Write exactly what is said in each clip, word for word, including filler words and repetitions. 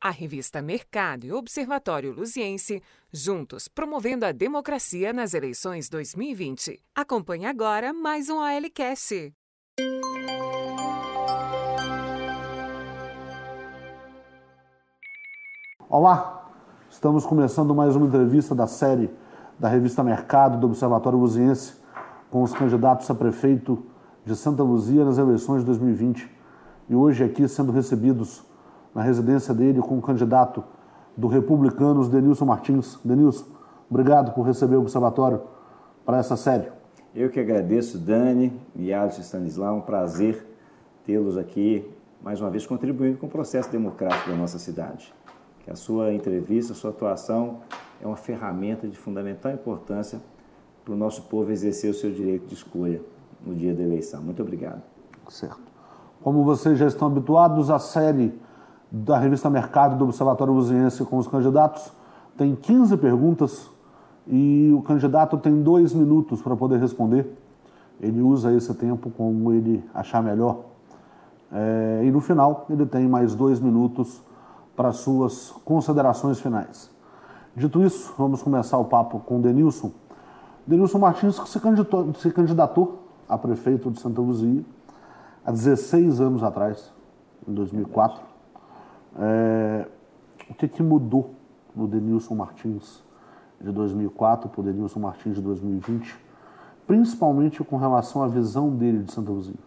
A revista Mercado e Observatório Luziense, juntos promovendo a democracia nas eleições dois mil e vinte. Acompanhe agora mais um OLcast. Olá, estamos começando mais uma entrevista da série da revista Mercado do Observatório Luziense com os candidatos a prefeito de Santa Luzia nas eleições de dois mil e vinte. E hoje aqui sendo recebidos na residência dele com o candidato do Republicanos, Denilson Martins. Denilson, obrigado por receber o Observatório para essa série. Eu que agradeço, Dani e Alisson Stanislau, é um prazer tê-los aqui, mais uma vez contribuindo com o processo democrático da nossa cidade. Que a sua entrevista, a sua atuação é uma ferramenta de fundamental importância para o nosso povo exercer o seu direito de escolha no dia da eleição. Muito obrigado. Certo. Como vocês já estão habituados, a série da revista Mercado do Observatório Luziense com os candidatos tem quinze perguntas e o candidato tem dois minutos para poder responder. Ele usa esse tempo como ele achar melhor. É, e no final ele tem mais dois minutos para suas considerações finais. Dito isso, vamos começar o papo com o Denilson. Denilson Martins, que se candidatou, se candidatou a prefeito de Santa Luzia há dezesseis anos atrás, em dois mil e quatro. É, o que, que mudou no Denilson Martins de dois mil e quatro para o Denilson Martins de dois mil e vinte, principalmente com relação à visão dele de Santa Luzia?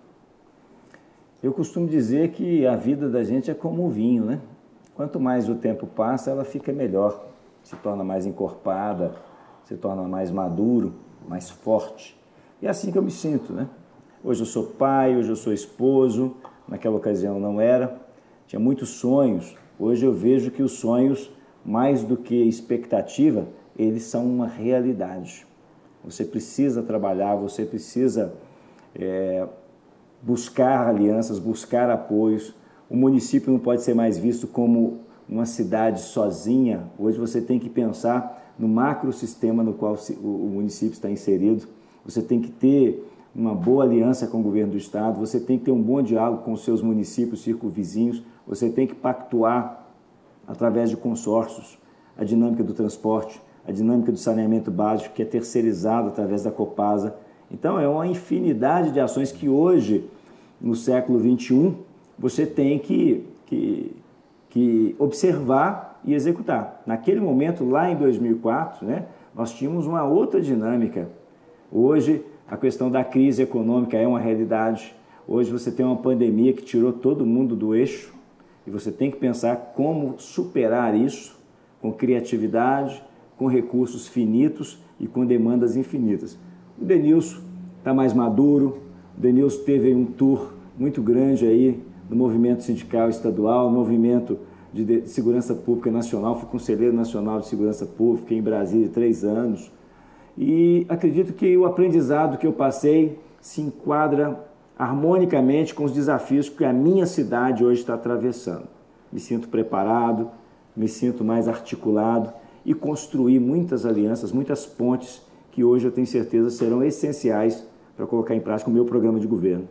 Eu costumo dizer que a vida da gente é como um vinho, né? Quanto mais o tempo passa, ela fica melhor, se torna mais encorpada, se torna mais maduro, mais forte. E é assim que eu me sinto, né? Hoje eu sou pai, hoje eu sou esposo, naquela ocasião não era. Tinha muitos sonhos. Hoje eu vejo que os sonhos, mais do que expectativa, eles são uma realidade. Você precisa trabalhar, você precisa é, buscar alianças, buscar apoios. O município não pode ser mais visto como uma cidade sozinha. Hoje você tem que pensar no macrosistema no qual o município está inserido. Você tem que ter uma boa aliança com o governo do estado, você tem que ter um bom diálogo com os seus municípios circunvizinhos, você tem que pactuar através de consórcios a dinâmica do transporte, a dinâmica do saneamento básico, que é terceirizado através da Copasa. Então é uma infinidade de ações que hoje, no século vinte e um, você tem que, que, que observar e executar. Naquele momento, lá em dois mil e quatro, né, nós tínhamos uma outra dinâmica. Hoje, a questão da crise econômica é uma realidade. Hoje você tem uma pandemia que tirou todo mundo do eixo e você tem que pensar como superar isso com criatividade, com recursos finitos e com demandas infinitas. O Denilson está mais maduro, o Denilson teve um tour muito grande aí no movimento sindical estadual, no movimento de segurança pública nacional, fui conselheiro nacional de segurança pública, fiquei em Brasília três anos. E acredito que o aprendizado que eu passei se enquadra harmonicamente com os desafios que a minha cidade hoje está atravessando. Me sinto preparado, me sinto mais articulado e construí muitas alianças, muitas pontes que hoje eu tenho certeza serão essenciais para colocar em prática o meu programa de governo.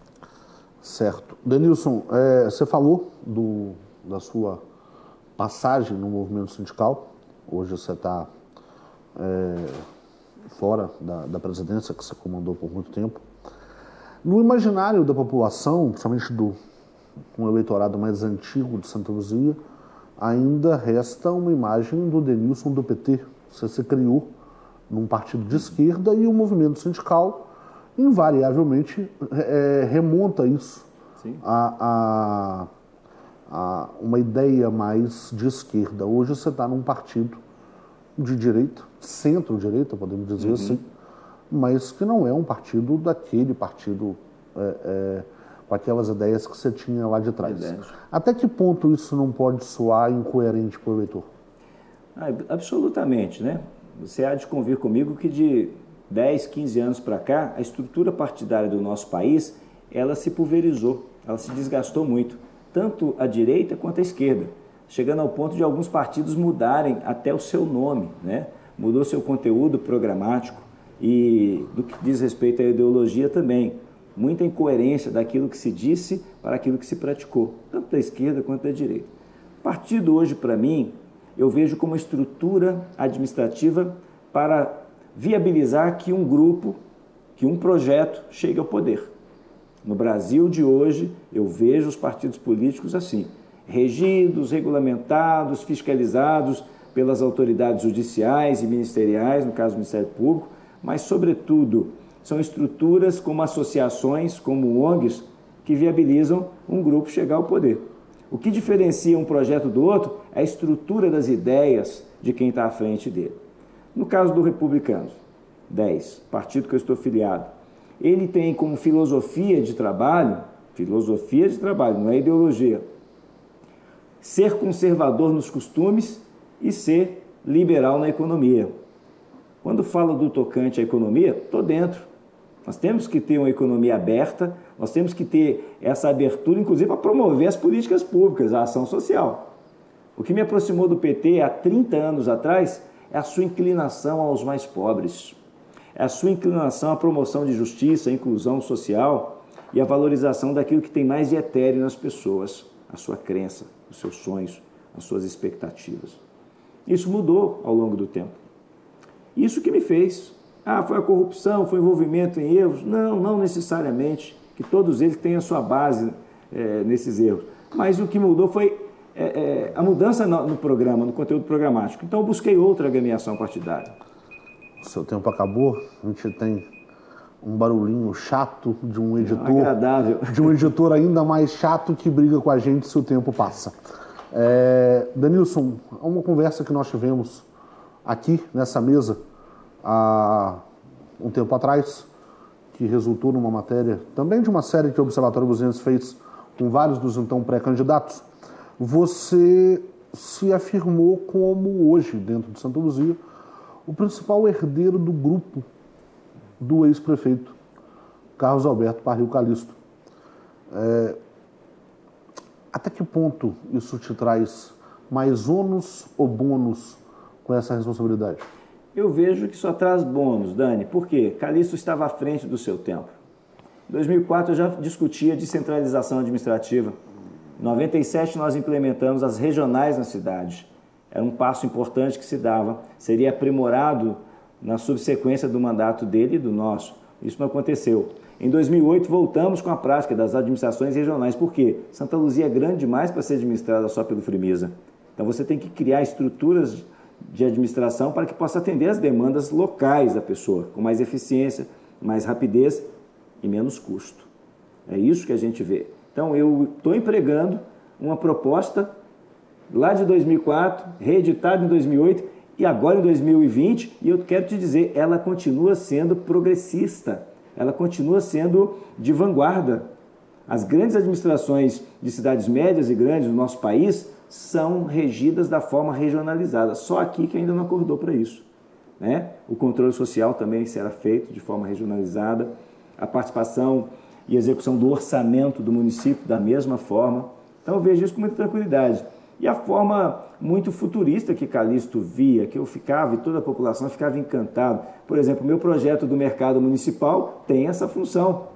Certo. Denilson, é, você falou do, da sua passagem no movimento sindical. Hoje você está é, fora da, da presidência, que você comandou por muito tempo. No imaginário da população, principalmente do um eleitorado mais antigo de Santa Luzia, ainda resta uma imagem do Denilson do P T. Você se criou num partido de esquerda e o movimento sindical invariavelmente é, remonta isso a, a, a uma ideia mais de esquerda. Hoje você está num partido de direita, centro-direita, podemos dizer uhum. assim, mas que não é um partido daquele partido é, é, com aquelas ideias que você tinha lá de trás. Ideias. Até que ponto isso não pode soar incoerente para o eleitor? Ah, absolutamente, né? Você há de convir comigo que de dez, quinze anos para cá, a estrutura partidária do nosso país, ela se pulverizou, ela se desgastou muito, tanto a direita quanto a esquerda, chegando ao ponto de alguns partidos mudarem até o seu nome, né? Mudou seu conteúdo programático e, do que diz respeito à ideologia também, muita incoerência daquilo que se disse para aquilo que se praticou, tanto da esquerda quanto da direita. Partido hoje, para mim, eu vejo como estrutura administrativa para viabilizar que um grupo, que um projeto chegue ao poder. No Brasil de hoje, eu vejo os partidos políticos assim, regidos, regulamentados, fiscalizados pelas autoridades judiciais e ministeriais, no caso do Ministério Público, mas, sobretudo, são estruturas como associações, como O N Gs, que viabilizam um grupo chegar ao poder. O que diferencia um projeto do outro é a estrutura das ideias de quem está à frente dele. No caso do Republicanos, dez, partido que eu estou filiado, ele tem como filosofia de trabalho, filosofia de trabalho, não é ideologia, ser conservador nos costumes e ser liberal na economia. Quando fala do tocante à economia, estou dentro. Nós temos que ter uma economia aberta, nós temos que ter essa abertura, inclusive, para promover as políticas públicas, a ação social. O que me aproximou do P T há trinta anos atrás é a sua inclinação aos mais pobres, é a sua inclinação à promoção de justiça, inclusão social e a valorização daquilo que tem mais de etéreo nas pessoas, a sua crença, os seus sonhos, as suas expectativas. Isso mudou ao longo do tempo. Isso que me fez. Ah, foi a corrupção, foi o envolvimento em erros? Não, não necessariamente, que todos eles têm a sua base é, nesses erros. Mas o que mudou foi é, é, a mudança no, no programa, no conteúdo programático. Então eu busquei outra agremiação partidária. O seu tempo acabou, a gente tem um barulhinho chato de um editor. Agradável. De um editor ainda mais chato que briga com a gente se o tempo passa. É, Denilson, uma conversa que nós tivemos aqui nessa mesa há um tempo atrás, que resultou numa matéria também de uma série que o Observatório Luziense fez com vários dos então pré-candidatos, você se afirmou como hoje, dentro de Santa Luzia, o principal herdeiro do grupo do ex-prefeito Carlos Alberto Parril Calixto. É, até que ponto isso te traz mais ônus ou bônus com essa responsabilidade? Eu vejo que só traz bônus, Dani. Por quê? Calixto estava à frente do seu tempo. Em dois mil e quatro eu já discutia descentralização administrativa. Em noventa e sete nós implementamos as regionais na cidade. Era um passo importante que se dava. Seria aprimorado na subsequência do mandato dele e do nosso. Isso não aconteceu. Em dois mil e oito voltamos com a prática das administrações regionais. Por quê? Santa Luzia é grande demais para ser administrada só pelo Frimisa. Então você tem que criar estruturas de administração para que possa atender as demandas locais da pessoa, com mais eficiência, mais rapidez e menos custo. É isso que a gente vê. Então, eu estou empregando uma proposta lá de dois mil e quatro, reeditada em dois mil e oito e agora em dois mil e vinte, e eu quero te dizer, ela continua sendo progressista, ela continua sendo de vanguarda. As grandes administrações de cidades médias e grandes do nosso país são regidas da forma regionalizada. Só aqui que ainda não acordou para isso, né? O controle social também será feito de forma regionalizada, a participação e execução do orçamento do município da mesma forma. Então eu vejo isso com muita tranquilidade. E a forma muito futurista que Calixto via, que eu ficava e toda a população ficava encantado. Por exemplo, o meu projeto do mercado municipal tem essa função.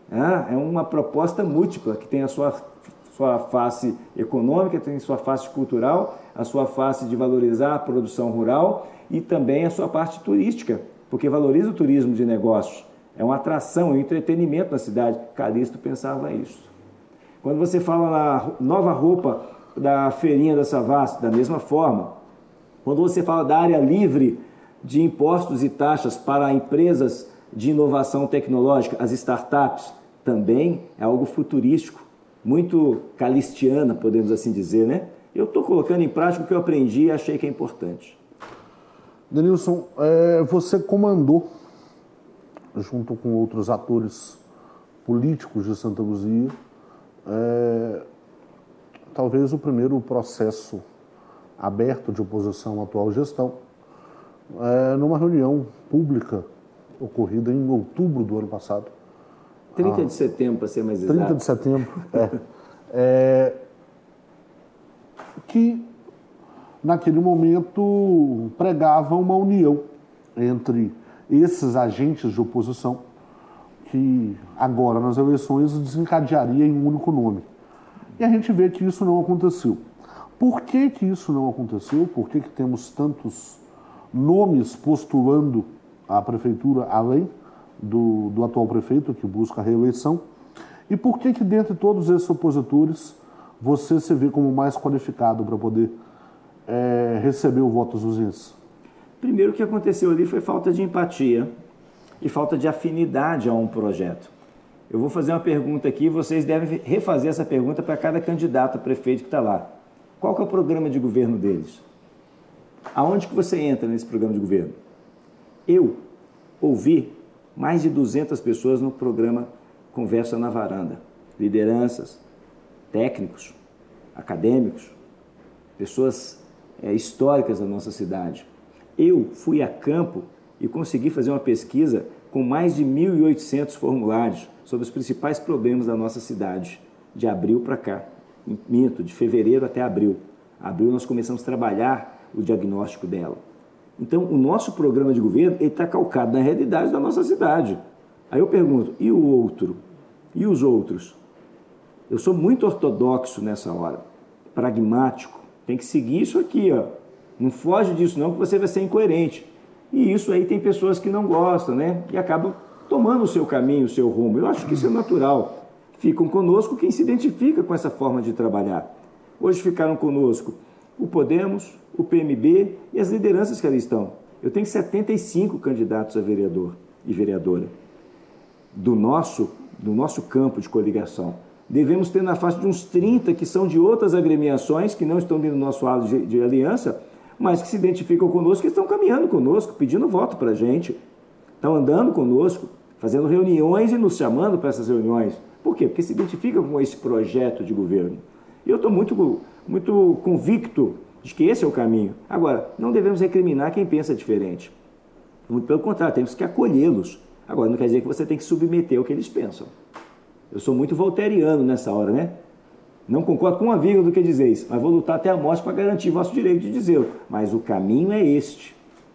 É uma proposta múltipla, que tem a sua sua face econômica, tem sua face cultural, a sua face de valorizar a produção rural e também a sua parte turística, porque valoriza o turismo de negócios. É uma atração, é um entretenimento na cidade. Calixto pensava isso. Quando você fala na nova roupa da feirinha da Savassi, da mesma forma. Quando você fala da área livre de impostos e taxas para empresas de inovação tecnológica, as startups, também é algo futurístico, muito calixtiana, podemos assim dizer, né? Eu estou colocando em prática o que eu aprendi e achei que é importante. Denilson, é, você comandou, junto com outros atores políticos de Santa Luzia, é, talvez o primeiro processo aberto de oposição à atual gestão, é, numa reunião pública ocorrida em outubro do ano passado. trinta de setembro, para ser mais exato. trinta de setembro, é. é que naquele momento pregava uma união entre esses agentes de oposição que agora nas eleições desencadearia em um único nome. E a gente vê que isso não aconteceu. Por que que isso não aconteceu? Por que que temos tantos nomes postulando a prefeitura além do, do atual prefeito que busca a reeleição? E por que que dentre todos esses opositores você se vê como mais qualificado para poder é, receber o voto dos luzienses? Primeiro, o que aconteceu ali foi falta de empatia e falta de afinidade a um projeto. Eu vou fazer uma pergunta aqui, vocês devem refazer essa pergunta para cada candidato a prefeito que está lá. Qual que é o programa de governo deles? Aonde que você entra nesse programa de governo? Eu ouvi mais de duzentas pessoas no programa Conversa na Varanda. Lideranças, técnicos, acadêmicos, pessoas é, históricas da nossa cidade. Eu fui a campo e consegui fazer uma pesquisa com mais de mil e oitocentos formulários sobre os principais problemas da nossa cidade, de abril para cá. Minto, de fevereiro até abril. Abril nós começamos a trabalhar o diagnóstico dela. Então, o nosso programa de governo está calcado na realidade da nossa cidade. Aí eu pergunto, e o outro? E os outros? Eu sou muito ortodoxo nessa hora, pragmático. Tem que seguir isso aqui, ó. Não foge disso não, que você vai ser incoerente. E isso aí tem pessoas que não gostam, né? E acabam tomando o seu caminho, o seu rumo. Eu acho que isso é natural. Ficam conosco quem se identifica com essa forma de trabalhar. Hoje ficaram conosco o Podemos, o P M B e as lideranças que ali estão. Eu tenho setenta e cinco candidatos a vereador e vereadora do nosso, do nosso campo de coligação. Devemos ter na faixa de uns trinta que são de outras agremiações, que não estão dentro do nosso lado de, de aliança, mas que se identificam conosco, que estão caminhando conosco, pedindo voto para a gente. Estão andando conosco, fazendo reuniões e nos chamando para essas reuniões. Por quê? Porque se identificam com esse projeto de governo. E eu estou muito, muito convicto de que esse é o caminho. Agora, não devemos recriminar quem pensa diferente. Muito pelo contrário, temos que acolhê-los. Agora, não quer dizer que você tem que submeter ao que eles pensam. Eu sou muito voltairiano nessa hora, né? Não concordo com uma vírgula do que dizeis, mas vou lutar até a morte para garantir vosso direito de dizê-lo. Mas o caminho é este.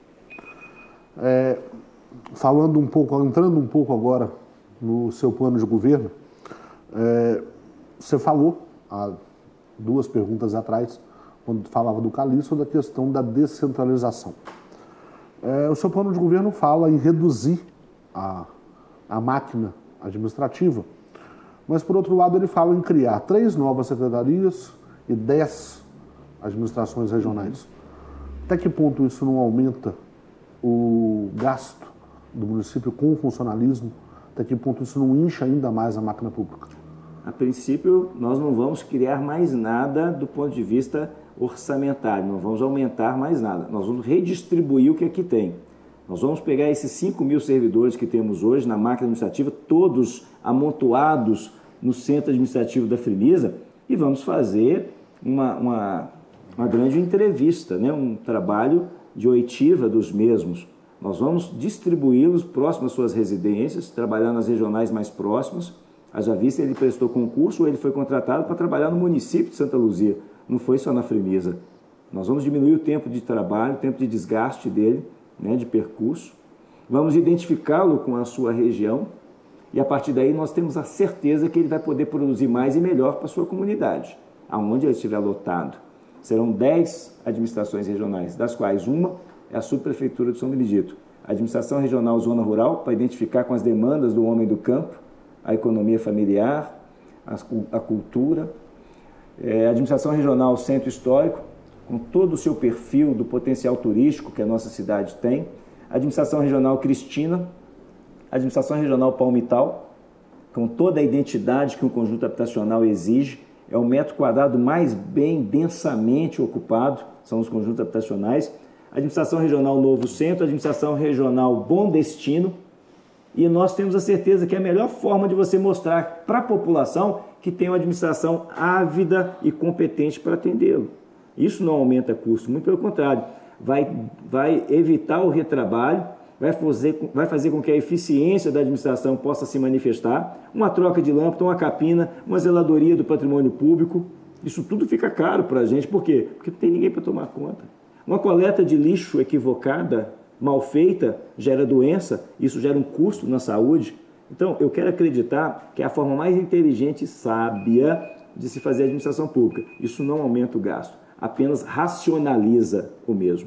É, falando um pouco, entrando um pouco agora no seu plano de governo, é, você falou há duas perguntas atrás, quando falava do Calixto, da questão da descentralização. É, o seu plano de governo fala em reduzir a, a máquina administrativa, mas, por outro lado, ele fala em criar três novas secretarias e dez administrações regionais. Até que ponto isso não aumenta o gasto do município com o funcionalismo? Até que ponto isso não incha ainda mais a máquina pública? A princípio, nós não vamos criar mais nada do ponto de vista orçamentário, não vamos aumentar mais nada. Nós vamos redistribuir o que aqui tem. Nós vamos pegar esses cinco mil servidores que temos hoje na máquina administrativa, todos amontoados no centro administrativo da Frimisa, e vamos fazer uma, uma, uma grande entrevista, né? Um trabalho de oitiva dos mesmos. Nós vamos distribuí-los próximo às suas residências, trabalhar nas regionais mais próximas. Haja vista, ele prestou concurso ou ele foi contratado para trabalhar no município de Santa Luzia, não foi só na Frimisa. Nós vamos diminuir o tempo de trabalho, o tempo de desgaste dele, né, de percurso. Vamos identificá-lo com a sua região e, a partir daí, nós temos a certeza que ele vai poder produzir mais e melhor para a sua comunidade, aonde ele estiver lotado. Serão dez administrações regionais, das quais uma é a subprefeitura de São Benedito. A administração regional Zona Rural, para identificar com as demandas do homem do campo, a economia familiar, a cultura. É, a administração regional Centro Histórico, com todo o seu perfil do potencial turístico que a nossa cidade tem. A administração regional Cristina, a administração regional Palmital, com toda a identidade que um conjunto habitacional exige. É o metro quadrado mais bem, densamente ocupado, são os conjuntos habitacionais. A administração regional Novo Centro, a administração regional Bom Destino. E nós temos a certeza que é a melhor forma de você mostrar para a população que tem uma administração ávida e competente para atendê-lo. Isso não aumenta custo, muito pelo contrário, vai, vai evitar o retrabalho, vai fazer, vai fazer com que a eficiência da administração possa se manifestar, uma troca de lâmpada, uma capina, uma zeladoria do patrimônio público, isso tudo fica caro para a gente, por quê? Porque não tem ninguém para tomar conta. Uma coleta de lixo equivocada, mal feita, gera doença, isso gera um custo na saúde. Então, eu quero acreditar que é a forma mais inteligente e sábia de se fazer administração pública. Isso não aumenta o gasto. apenas racionaliza o mesmo.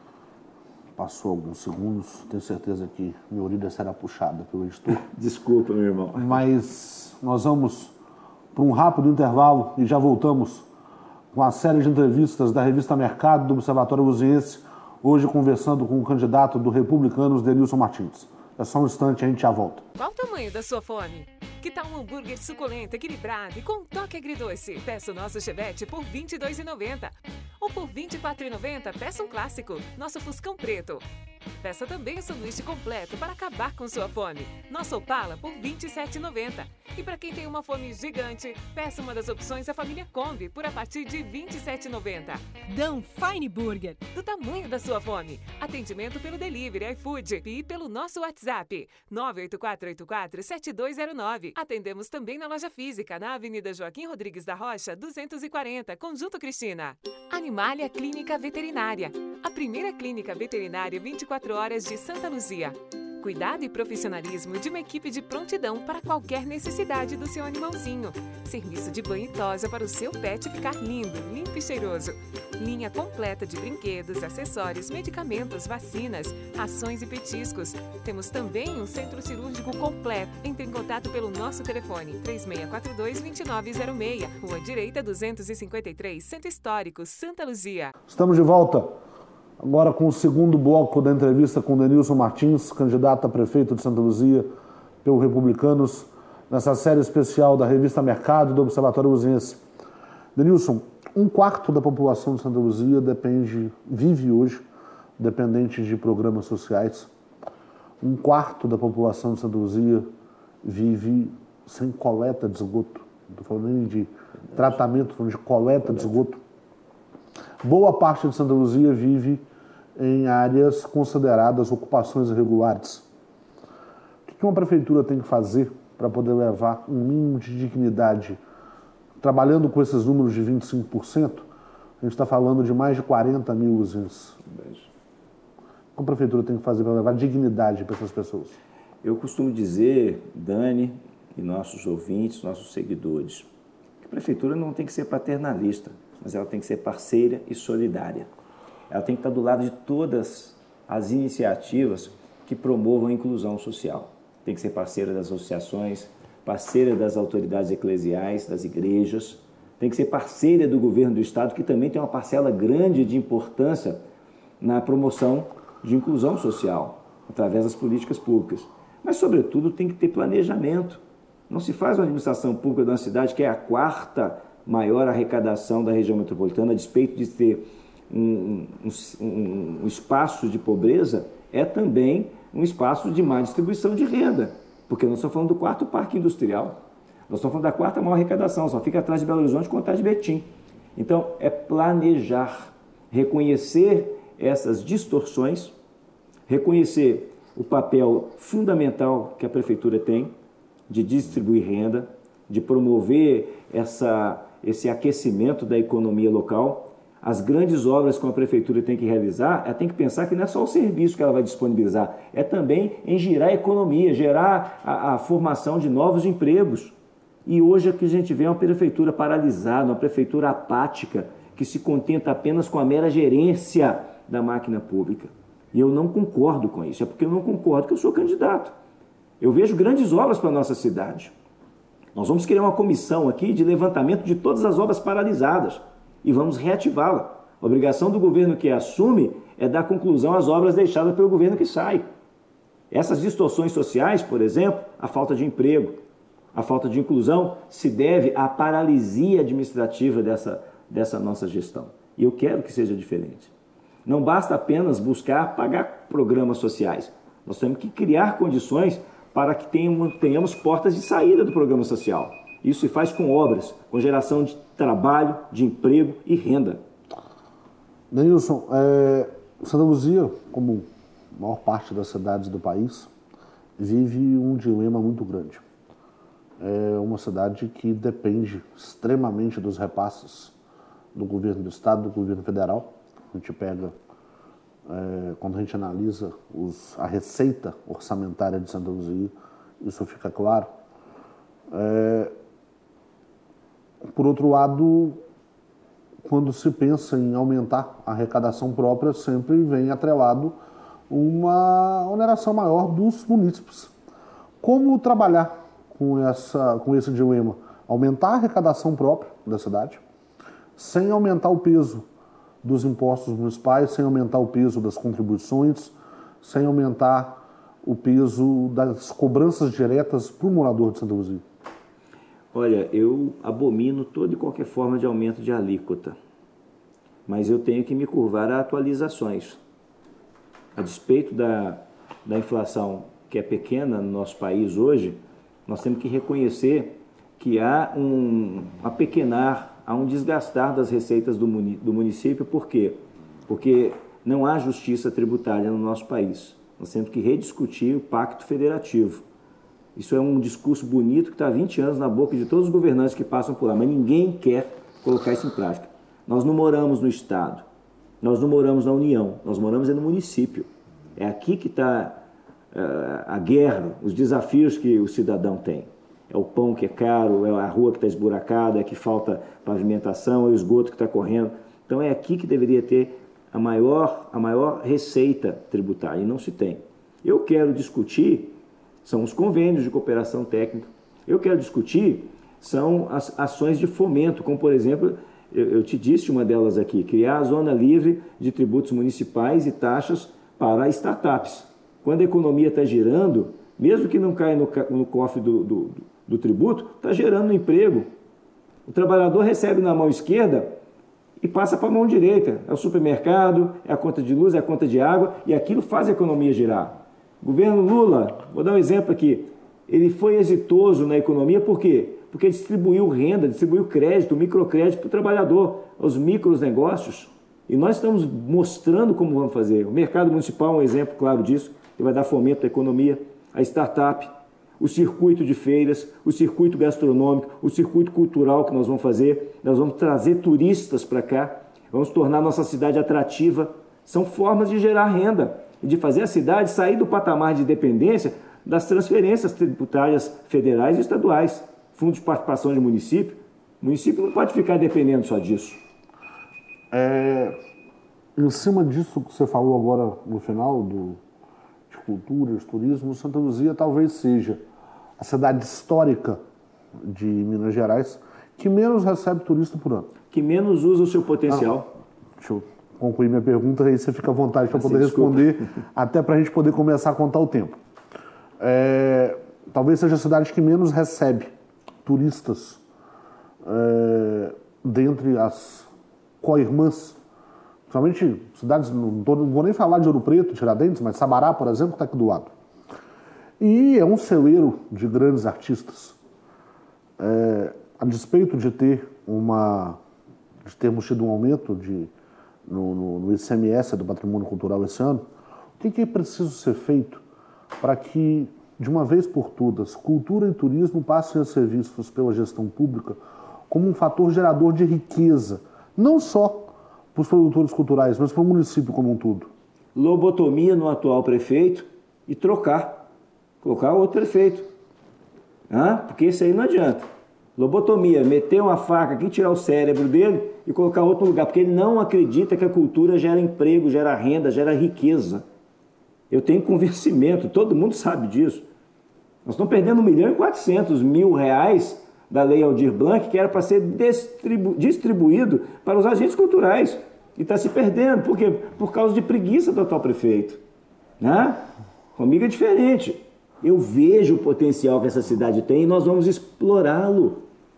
Passou alguns segundos, tenho certeza que minha orelha será puxada pelo editor. Desculpa, meu irmão. Mas nós vamos para um rápido intervalo e já voltamos com a série de entrevistas da revista Mercado do Observatório Luziense, hoje conversando com o candidato do Republicanos, Denilson Martins. É só um instante, a gente já volta. Qual o tamanho da sua fome? Que tal um hambúrguer suculento, equilibrado e com um toque agridoce? Peça o nosso chevette por vinte e dois reais e noventa centavos. Ou por vinte e quatro reais e noventa centavos, peça um clássico, nosso Fuscão Preto. Peça também o sanduíche completo para acabar com sua fome. Nosso Opala por vinte e sete reais e noventa centavos. E para quem tem uma fome gigante, peça uma das opções da família Kombi por a partir de vinte e sete reais e noventa centavos. Dan Fine Burger. Do tamanho da sua fome. Atendimento pelo delivery, iFood e pelo nosso WhatsApp nove oito quatro oito quatro sete dois zero nove. Atendemos também na loja física, na Avenida Joaquim Rodrigues da Rocha, duzentos e quarenta, Conjunto Cristina. Animalia Clínica Veterinária. A primeira clínica veterinária vinte e quatro horas de Santa Luzia. Cuidado e profissionalismo de uma equipe de prontidão para qualquer necessidade do seu animalzinho. Serviço de banho e tosa para o seu pet ficar lindo, limpo e cheiroso. Linha completa de brinquedos, acessórios, medicamentos, vacinas, rações e petiscos. Temos também um centro cirúrgico completo. Entre em contato pelo nosso telefone três seis quatro dois, dois nove zero seis, Rua Direita duzentos e cinquenta e três, Centro Histórico, Santa Luzia. Estamos de volta. Agora com o segundo bloco da entrevista com Denilson Martins, candidato a prefeito de Santa Luzia pelo Republicanos, nessa série especial da revista Mercado do Observatório Luziense. Denilson, um quarto da população de Santa Luzia depende, vive hoje dependente de programas sociais. Um quarto da população de Santa Luzia vive sem coleta de esgoto. Não estou falando nem de tratamento, estou falando de coleta de esgoto. Boa parte de Santa Luzia vive em áreas consideradas ocupações irregulares. O que uma prefeitura tem que fazer para poder levar um mínimo de dignidade? Trabalhando com esses números de vinte e cinco por cento, a gente está falando de mais de quarenta mil luzienses. O que a prefeitura tem que fazer para levar dignidade para essas pessoas? Eu costumo dizer, Dani, e nossos ouvintes, nossos seguidores, que a prefeitura não tem que ser paternalista, mas ela tem que ser parceira e solidária. Ela tem que estar do lado de todas as iniciativas que promovam a inclusão social. Tem que ser parceira das associações, parceira das autoridades eclesiais, das igrejas, tem que ser parceira do governo do estado, que também tem uma parcela grande de importância na promoção de inclusão social, através das políticas públicas. Mas, sobretudo, tem que ter planejamento. Não se faz uma administração pública de uma cidade que é a quarta maior arrecadação da região metropolitana, a despeito de ter um, um, um espaço de pobreza, é também um espaço de má distribuição de renda, porque nós estamos falando do quarto parque industrial, nós estamos falando da quarta maior arrecadação, só fica atrás de Belo Horizonte com atrás de Betim. Então, é planejar, reconhecer essas distorções, reconhecer o papel fundamental que a prefeitura tem de distribuir renda, de promover essa, esse aquecimento da economia local. As grandes obras que a prefeitura tem que realizar, ela tem que pensar que não é só o serviço que ela vai disponibilizar, é também em girar a economia, gerar a, a formação de novos empregos. E hoje aqui a gente vê uma prefeitura paralisada, uma prefeitura apática, que se contenta apenas com a mera gerência da máquina pública. E eu não concordo com isso, é porque eu não concordo que eu sou candidato. Eu vejo grandes obras para a nossa cidade. Nós vamos criar uma comissão aqui de levantamento de todas as obras paralisadas e vamos reativá-la. A obrigação do governo que assume é dar conclusão às obras deixadas pelo governo que sai. Essas distorções sociais, por exemplo, a falta de emprego, a falta de inclusão, se deve à paralisia administrativa dessa, dessa nossa gestão. E eu quero que seja diferente. Não basta apenas buscar pagar programas sociais. Nós temos que criar condições para que tenhamos, tenhamos portas de saída do programa social. Isso se faz com obras, com geração de trabalho, de emprego e renda. Denilson, é, Santa Luzia, como a maior parte das cidades do país, vive um dilema muito grande. É uma cidade que depende extremamente dos repasses do governo do estado, do governo federal. A gente pega, é, quando a gente analisa os, a receita orçamentária de Santa Luzia, isso fica claro. É, por outro lado, quando se pensa em aumentar a arrecadação própria, sempre vem atrelado uma oneração maior dos munícipes. Como trabalhar com, essa, com esse dilema? Aumentar a arrecadação própria da cidade, sem aumentar o peso dos impostos municipais, sem aumentar o peso das contribuições, sem aumentar o peso das cobranças diretas para o morador de Santa Luzia? Olha, eu abomino toda e qualquer forma de aumento de alíquota, mas eu tenho que me curvar a atualizações. A despeito da, da inflação, que é pequena no nosso país hoje, nós temos que reconhecer que há um apequenar, há um desgastar das receitas do município. Por quê? Porque não há justiça tributária no nosso país. Nós temos que rediscutir o pacto federativo. Isso é um discurso bonito que está há vinte anos na boca de todos os governantes que passam por lá, mas ninguém quer colocar isso em prática. Nós não moramos no Estado, nós não moramos na União, nós moramos no município. É aqui que está uh, a guerra, os desafios que o cidadão tem. É o pão que é caro, é a rua que está esburacada, é que falta pavimentação, é o esgoto que está correndo. Então é aqui que deveria ter a maior, a maior receita tributária, e não se tem. Eu quero discutir, são os convênios de cooperação técnica, eu quero discutir, são as ações de fomento, como por exemplo, eu, eu te disse uma delas aqui, criar a zona livre de tributos municipais e taxas para startups. Quando a economia está girando, mesmo que não caia no, no cofre do, do, do tributo, está gerando emprego. O trabalhador recebe na mão esquerda e passa para a mão direita. É o supermercado, é a conta de luz, é a conta de água, e aquilo faz a economia girar. O governo Lula, vou dar um exemplo aqui, ele foi exitoso na economia, por quê? Porque distribuiu renda, distribuiu crédito, microcrédito para o trabalhador, aos micros negócios. E nós estamos mostrando como vamos fazer. O mercado municipal é um exemplo claro disso, que vai dar fomento à economia, a startup, o circuito de feiras, o circuito gastronômico, o circuito cultural que nós vamos fazer. Nós vamos trazer turistas para cá, vamos tornar nossa cidade atrativa. São formas de gerar renda e de fazer a cidade sair do patamar de dependência das transferências tributárias federais e estaduais, fundos de participação de município. O município não pode ficar dependendo só disso. É, em cima disso que você falou agora no final, do, de cultura, de turismo, Santa Luzia talvez seja a cidade histórica de Minas Gerais que menos recebe turista por ano. Que menos usa o seu potencial. Ah, deixa eu concluir minha pergunta, aí você fica à vontade para poder responder, até para a gente poder começar a contar o tempo. É, talvez seja a cidade que menos recebe turistas é, dentre as co-irmãs, principalmente cidades, não, tô, não vou nem falar de Ouro Preto, Tiradentes, mas Sabará, por exemplo, está aqui do lado. E é um celeiro de grandes artistas. É, a despeito de ter uma, de termos tido um aumento de, no, no, no I C M S do patrimônio cultural esse ano, o que, que é preciso ser feito para que, de uma vez por todas, cultura e turismo passem a ser vistos pela gestão pública como um fator gerador de riqueza, não só para os produtores culturais, mas para o município como um todo? Lobotomia no atual prefeito e trocar, colocar outro prefeito. Ah, porque isso aí não adianta. Lobotomia, meter uma faca aqui, tirar o cérebro dele e colocar outro lugar, porque ele não acredita que a cultura gera emprego, gera renda, gera riqueza. Eu tenho convencimento, todo mundo sabe disso. Nós estamos perdendo um milhão e quatrocentos mil reais da Lei Aldir Blanc, que era para ser distribu distribuído para os agentes culturais. E está se perdendo. Por quê? Por causa de preguiça do atual prefeito. Né? Comigo é diferente. Eu vejo o potencial que essa cidade tem e nós vamos explorá-lo.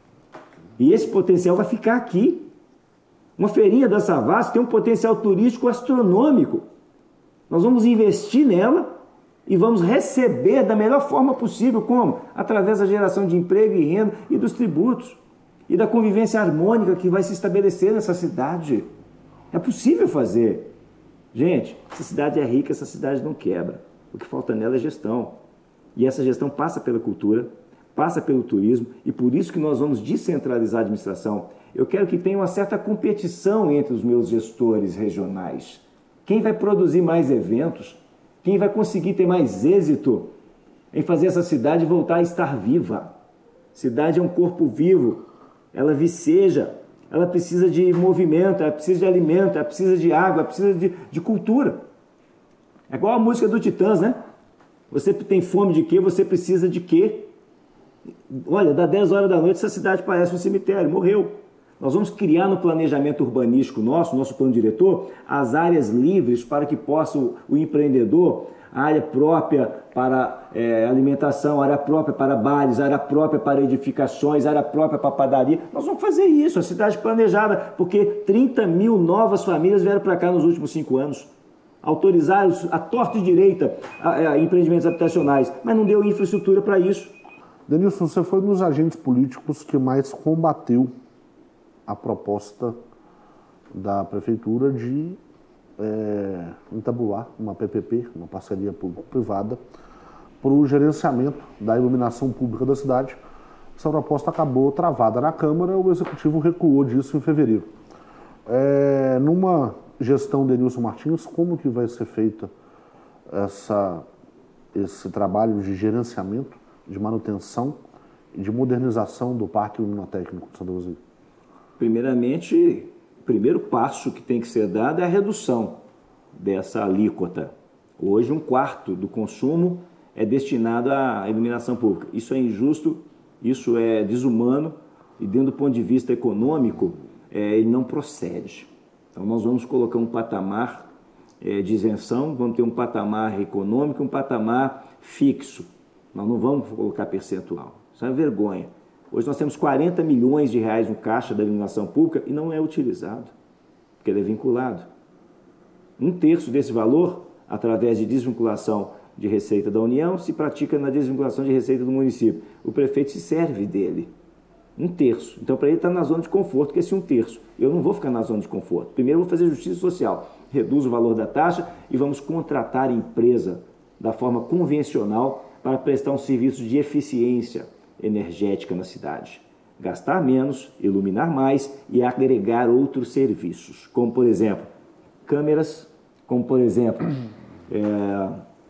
E esse potencial vai ficar aqui. Uma feirinha da Savassi tem um potencial turístico astronômico. Nós vamos investir nela e vamos receber da melhor forma possível. Como? Através da geração de emprego e renda e dos tributos. E da convivência harmônica que vai se estabelecer nessa cidade. É possível fazer. Gente, essa cidade é rica, essa cidade não quebra. O que falta nela é gestão. E essa gestão passa pela cultura, passa pelo turismo, e por isso que nós vamos descentralizar a administração. Eu quero que tenha uma certa competição entre os meus gestores regionais. Quem vai produzir mais eventos? Quem vai conseguir ter mais êxito em fazer essa cidade voltar a estar viva? Cidade é um corpo vivo, ela viceja, ela precisa de movimento, ela precisa de alimento, ela precisa de água, ela precisa de, de cultura. É igual a música do Titãs, né? Você tem fome de quê? Você precisa de quê? Olha, dá dez horas da noite, essa cidade parece um cemitério, morreu. Nós vamos criar no planejamento urbanístico nosso, nosso plano diretor, as áreas livres para que possa o, o empreendedor, a área própria para é, alimentação, área própria para bares, área própria para edificações, área própria para padaria. Nós vamos fazer isso, a cidade planejada, porque trinta mil novas famílias vieram para cá nos últimos cinco anos. Autorizaram a torta e direita a, a empreendimentos habitacionais, mas não deu infraestrutura para isso. Denilson, você foi um dos agentes políticos que mais combateu a proposta da prefeitura de é, entabular uma P P P, uma parceria público-privada, para o gerenciamento da iluminação pública da cidade. Essa proposta acabou travada na Câmara, o Executivo recuou disso em fevereiro. É, numa gestão de Denilson Martins, como que vai ser feita essa, esse trabalho de gerenciamento, de manutenção e de modernização do Parque Luminotécnico de Santa Luzia? Primeiramente, o primeiro passo que tem que ser dado é a redução dessa alíquota. Hoje, um quarto do consumo é destinado à iluminação pública. Isso é injusto, isso é desumano e, dentro do ponto de vista econômico, é, ele não procede. Então, nós vamos colocar um patamar é, de isenção, vamos ter um patamar econômico, um patamar fixo. Nós não vamos colocar percentual. Isso é uma vergonha. Hoje nós temos quarenta milhões de reais no caixa da iluminação pública e não é utilizado, porque ele é vinculado. Um terço desse valor, através de desvinculação de receita da União, se pratica na desvinculação de receita do município. O prefeito se serve dele. Um terço. Então, para ele está na zona de conforto, que esse um terço. Eu não vou ficar na zona de conforto. Primeiro, eu vou fazer justiça social. Reduz o valor da taxa e vamos contratar a empresa da forma convencional para prestar um serviço de eficiência energética na cidade. Gastar menos, iluminar mais e agregar outros serviços, como, por exemplo, câmeras, como, por exemplo, é,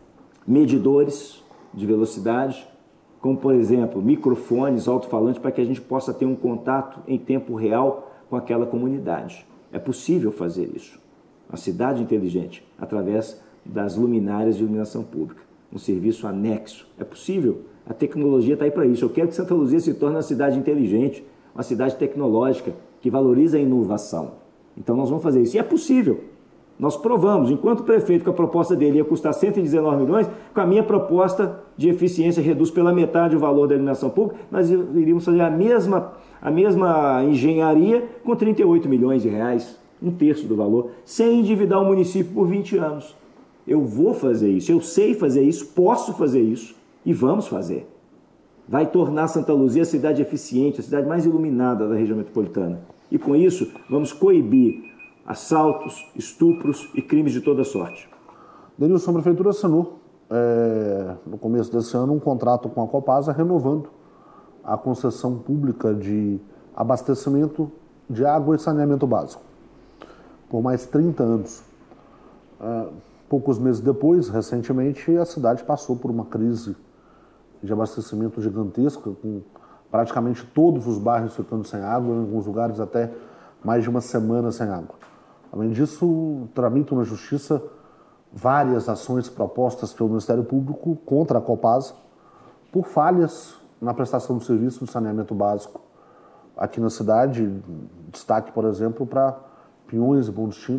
medidores de velocidade, como, por exemplo, microfones, alto-falantes, para que a gente possa ter um contato em tempo real com aquela comunidade. É possível fazer isso. A cidade inteligente, através das luminárias de iluminação pública. Um serviço anexo. É possível. A tecnologia está aí para isso. Eu quero que Santa Luzia se torne uma cidade inteligente, uma cidade tecnológica, que valoriza a inovação. Então nós vamos fazer isso. E é possível. Nós provamos, enquanto o prefeito, com a proposta dele ia custar cento e dezenove milhões, com a minha proposta de eficiência reduz pela metade o valor da iluminação pública, nós iríamos fazer a mesma, a mesma engenharia com trinta e oito milhões de reais, um terço do valor, sem endividar o município por vinte anos. Eu vou fazer isso, eu sei fazer isso, posso fazer isso e vamos fazer. Vai tornar Santa Luzia a cidade eficiente, a cidade mais iluminada da região metropolitana. E com isso, vamos coibir assaltos, estupros e crimes de toda sorte. Denilson, a Prefeitura assinou, é, no começo desse ano, um contrato com a Copasa renovando a concessão pública de abastecimento de água e saneamento básico por mais trinta anos. É, poucos meses depois, recentemente, a cidade passou por uma crise de abastecimento gigantesca, com praticamente todos os bairros ficando sem água, em alguns lugares até mais de uma semana sem água. Além disso, tramitam na Justiça várias ações propostas pelo Ministério Público contra a Copasa por falhas na prestação do serviço de saneamento básico aqui na cidade. Destaque, por exemplo, para Pinhões e Bom Destino,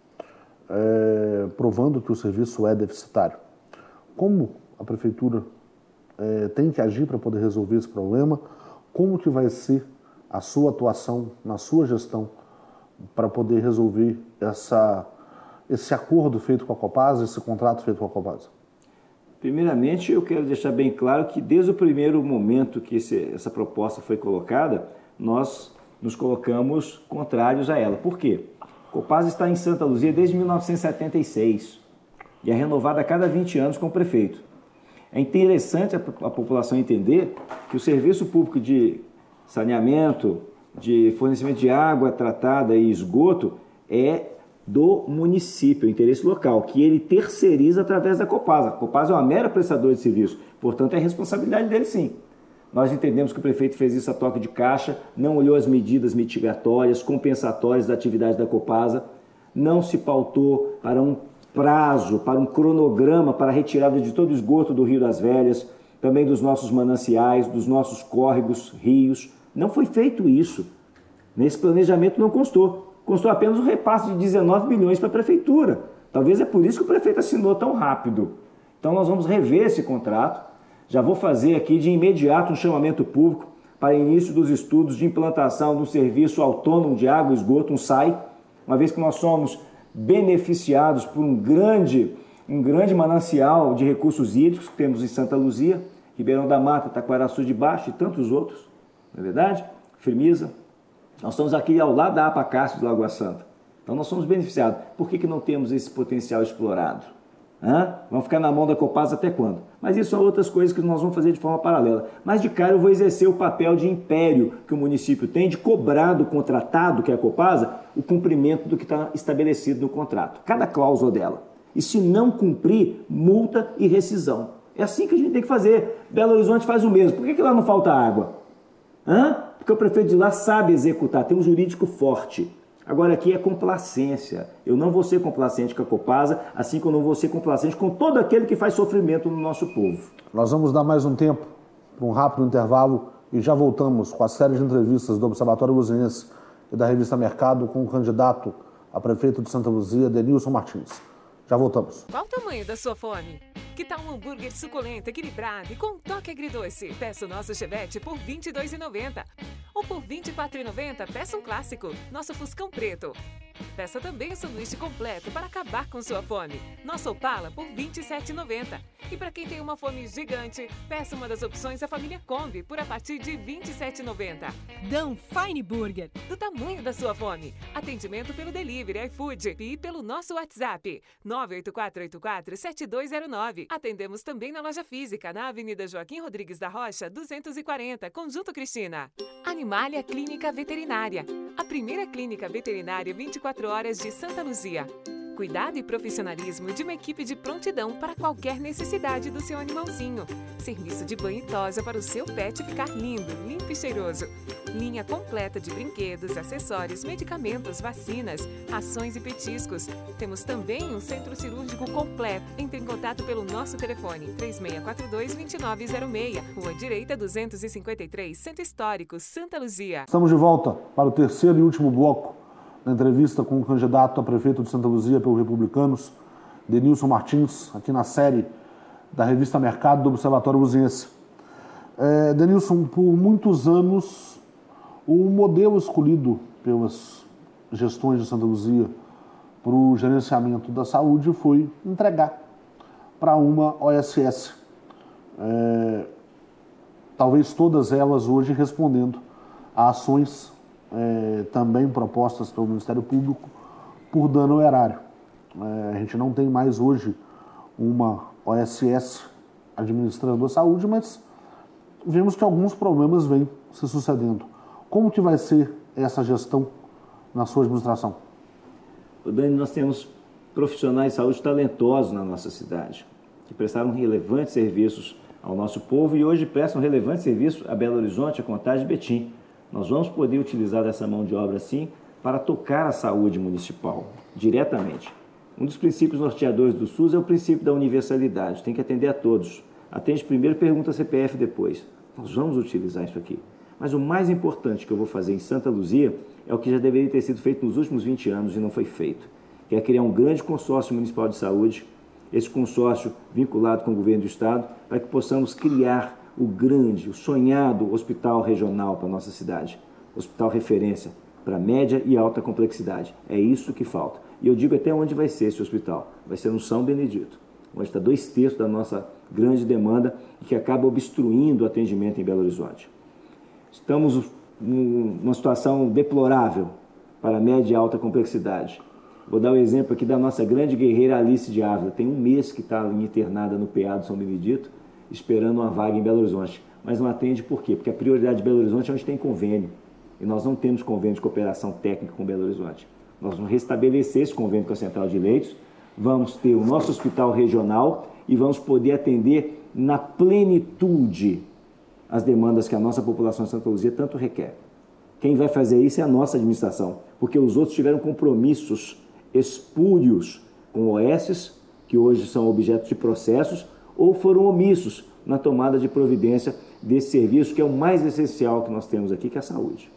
é, provando que o serviço é deficitário. Como a Prefeitura é, tem que agir para poder resolver esse problema? Como que vai ser a sua atuação na sua gestão para poder resolver essa, esse acordo feito com a Copasa, esse contrato feito com a Copasa? Primeiramente, eu quero deixar bem claro que desde o primeiro momento que esse, essa proposta foi colocada, nós nos colocamos contrários a ela. Por quê? A Copasa está em Santa Luzia desde mil novecentos e setenta e seis e é renovada a cada vinte anos com o prefeito. É interessante a, a população entender que o serviço público de saneamento, de fornecimento de água tratada e esgoto é do município, interesse local, que ele terceiriza através da Copasa. A Copasa é uma mera prestadora de serviço, portanto é responsabilidade dele sim. Nós entendemos que o prefeito fez isso a toque de caixa, não olhou as medidas mitigatórias, compensatórias da atividade da Copasa, não se pautou para um prazo, para um cronograma para a retirada de todo o esgoto do Rio das Velhas, também dos nossos mananciais, dos nossos córregos, rios. Não foi feito isso. Nesse planejamento não constou. Constou apenas o repasse de dezenove bilhões para a prefeitura. Talvez é por isso que o prefeito assinou tão rápido. Então nós vamos rever esse contrato. Já vou fazer aqui de imediato um chamamento público para início dos estudos de implantação do serviço autônomo de água e esgoto, um S A I, uma vez que nós somos beneficiados por um grande, um grande manancial de recursos hídricos que temos em Santa Luzia, Ribeirão da Mata, Taquaraçu de Baixo e tantos outros, não é verdade? Firmeza. Nós estamos aqui ao lado da Apacácio de Lagoa Santa. Então nós somos beneficiados. Por que que não temos esse potencial explorado? Hã? Vamos ficar na mão da Copasa até quando? Mas isso são outras coisas que nós vamos fazer de forma paralela. Mas de cara eu vou exercer o papel de império que o município tem de cobrar do contratado, que é a Copasa, o cumprimento do que está estabelecido no contrato. Cada cláusula dela. E se não cumprir, multa e rescisão. É assim que a gente tem que fazer. Belo Horizonte faz o mesmo. Por que que lá não falta água? Hã? Porque o prefeito de lá sabe executar, tem um jurídico forte. Agora aqui é complacência. Eu não vou ser complacente com a Copasa, assim como eu não vou ser complacente com todo aquele que faz sofrimento no nosso povo. Nós vamos dar mais um tempo para um rápido intervalo e já voltamos com a série de entrevistas do Observatório Luziense e da revista Mercado com o candidato a prefeito de Santa Luzia, Denilson Martins. Já voltamos. Qual o tamanho da sua fome? Que tal um hambúrguer suculento, equilibrado e com um toque agridoce? Peça o nosso Chevette por vinte e dois reais e noventa centavos. Ou por vinte e quatro reais e noventa centavos, peça um clássico, nosso Fuscão Preto. Peça também o sanduíche completo para acabar com sua fome. Nosso Opala por vinte e sete reais e noventa centavos. E para quem tem uma fome gigante, peça uma das opções da família Kombi por a partir de vinte e sete reais e noventa centavos. Dão Fine Burger. Do tamanho da sua fome. Atendimento pelo delivery, iFood e pelo nosso WhatsApp nove oito quatro oito quatro sete dois zero nove. Atendemos também na loja física, na Avenida Joaquim Rodrigues da Rocha, duzentos e quarenta, Conjunto Cristina. Animalia Clínica Veterinária, a primeira clínica veterinária vinte e quatro horas de Santa Luzia. Cuidado e profissionalismo de uma equipe de prontidão para qualquer necessidade do seu animalzinho. Serviço de banho e tosa para o seu pet ficar lindo, limpo e cheiroso. Linha completa de brinquedos, acessórios, medicamentos, vacinas, rações e petiscos. Temos também um centro cirúrgico completo. Entre em contato pelo nosso telefone três seis quatro dois, dois nove zero seis, Rua Direita duzentos e cinquenta e três, Centro Histórico, Santa Luzia. Estamos de volta para o terceiro e último bloco na entrevista com o candidato a prefeito de Santa Luzia pelo Republicanos, Denilson Martins, aqui na série da revista Mercado do Observatório Luziense. É, Denilson, por muitos anos, o modelo escolhido pelas gestões de Santa Luzia para o gerenciamento da saúde foi entregar para uma O S S. É, talvez todas elas hoje respondendo a ações É, também propostas pelo Ministério Público por dano ao erário. É, a gente não tem mais hoje uma O S S administrando a saúde, mas vemos que alguns problemas vêm se sucedendo. Como que vai ser essa gestão na sua administração? Dani, nós temos profissionais de saúde talentosos na nossa cidade, que prestaram relevantes serviços ao nosso povo e hoje prestam relevantes serviços a Belo Horizonte, a Contagem e Betim. Nós vamos poder utilizar dessa mão de obra, sim, para tocar a saúde municipal, diretamente. Um dos princípios norteadores do SUS é o princípio da universalidade, tem que atender a todos. Atende primeiro, pergunta C P F depois. Nós vamos utilizar isso aqui. Mas o mais importante que eu vou fazer em Santa Luzia é o que já deveria ter sido feito nos últimos vinte anos e não foi feito, que é criar um grande consórcio municipal de saúde, esse consórcio vinculado com o governo do Estado, para que possamos criar o grande, o sonhado hospital regional para a nossa cidade. Hospital referência para média e alta complexidade. É isso que falta. E eu digo até onde vai ser esse hospital. Vai ser no São Benedito, onde está dois terços da nossa grande demanda e que acaba obstruindo o atendimento em Belo Horizonte. Estamos numa situação deplorável para média e alta complexidade. Vou dar o um exemplo aqui da nossa grande guerreira Alice de Ávila. Tem um mês que está internada no P A do São Benedito, esperando uma vaga em Belo Horizonte. Mas não atende por quê? Porque a prioridade de Belo Horizonte é onde tem convênio. E nós não temos convênio de cooperação técnica com Belo Horizonte. Nós vamos restabelecer esse convênio com a Central de Leitos, vamos ter o nosso hospital regional e vamos poder atender na plenitude as demandas que a nossa população de Santa Luzia tanto requer. Quem vai fazer isso é a nossa administração, porque os outros tiveram compromissos espúrios com O S, que hoje são objeto de processos, ou foram omissos na tomada de providência desse serviço, que é o mais essencial que nós temos aqui, que é a saúde.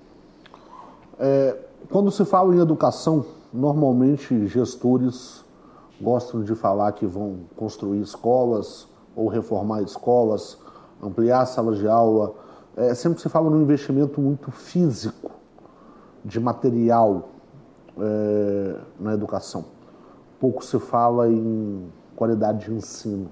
É, quando se fala em educação, normalmente gestores gostam de falar que vão construir escolas ou reformar escolas, ampliar salas de aula. É, sempre se fala num investimento muito físico, de material é, na educação. Pouco se fala em qualidade de ensino.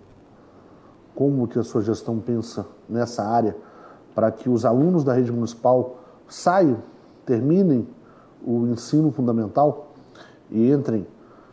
Como que a sua gestão pensa nessa área para que os alunos da rede municipal saiam, terminem o ensino fundamental e entrem,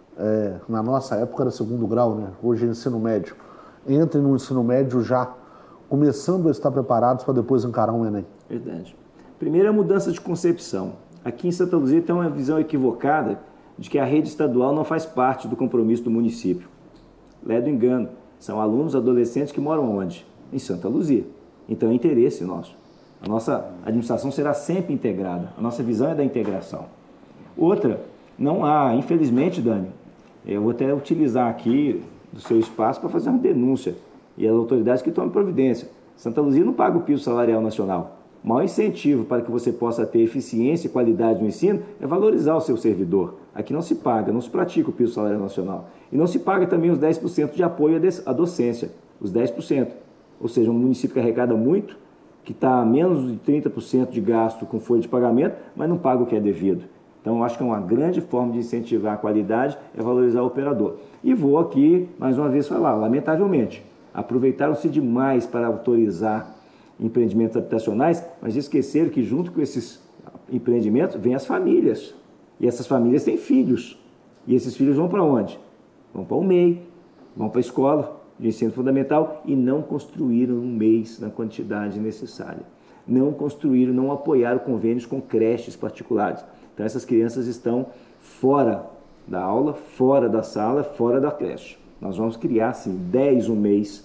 é, na nossa época era segundo grau, né? Hoje é ensino médio, entrem no ensino médio já começando a estar preparados para depois encarar um Enem? Verdade. Primeiro, a mudança de concepção. Aqui em Santa Luzia tem uma visão equivocada de que a rede estadual não faz parte do compromisso do município. Lé do engano. São alunos, adolescentes que moram onde? Em Santa Luzia. Então é interesse nosso. A nossa administração será sempre integrada. A nossa visão é da integração. Outra, não há, infelizmente, Dani, eu vou até utilizar aqui do seu espaço para fazer uma denúncia. E as autoridades que tomam providência. Santa Luzia não paga o piso salarial nacional. O maior incentivo para que você possa ter eficiência e qualidade no ensino é valorizar o seu servidor. Aqui não se paga, não se pratica o piso salarial nacional. E não se paga também os dez por cento de apoio à docência, os dez por cento. Ou seja, um município que arrecada muito, que está a menos de trinta por cento de gasto com folha de pagamento, mas não paga o que é devido. Então, eu acho que é uma grande forma de incentivar a qualidade é valorizar o operador. E vou aqui, mais uma vez, falar, lamentavelmente, aproveitaram-se demais para autorizar empreendimentos habitacionais, mas esqueceram que junto com esses empreendimentos vêm as famílias. E essas famílias têm filhos. E esses filhos vão para onde? Vão para o M E I, vão para a escola de ensino fundamental e não construíram um mês na quantidade necessária. Não construíram, não apoiaram convênios com creches particulares. Então essas crianças estão fora da aula, fora da sala, fora da creche. Nós vamos criar, assim, dez um mês,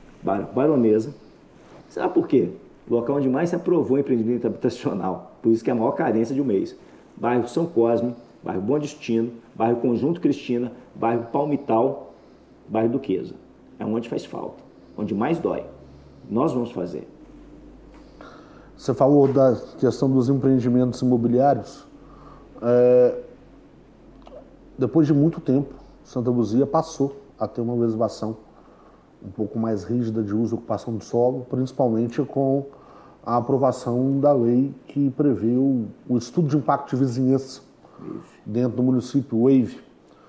Baronesa. Sabe por quê? O local onde mais se aprovou empreendimento habitacional. Por isso que é a maior carência de um mês. Bairro São Cosme, bairro Bom Destino, bairro Conjunto Cristina, bairro Palmital, bairro Duquesa. É onde faz falta, onde mais dói. Nós vamos fazer. Você falou da questão dos empreendimentos imobiliários. É... Depois de muito tempo, Santa Luzia passou a ter uma legislação um pouco mais rígida de uso e ocupação do solo, principalmente com a aprovação da lei que prevê o, o estudo de impacto de vizinhança dentro do município, o WAVE.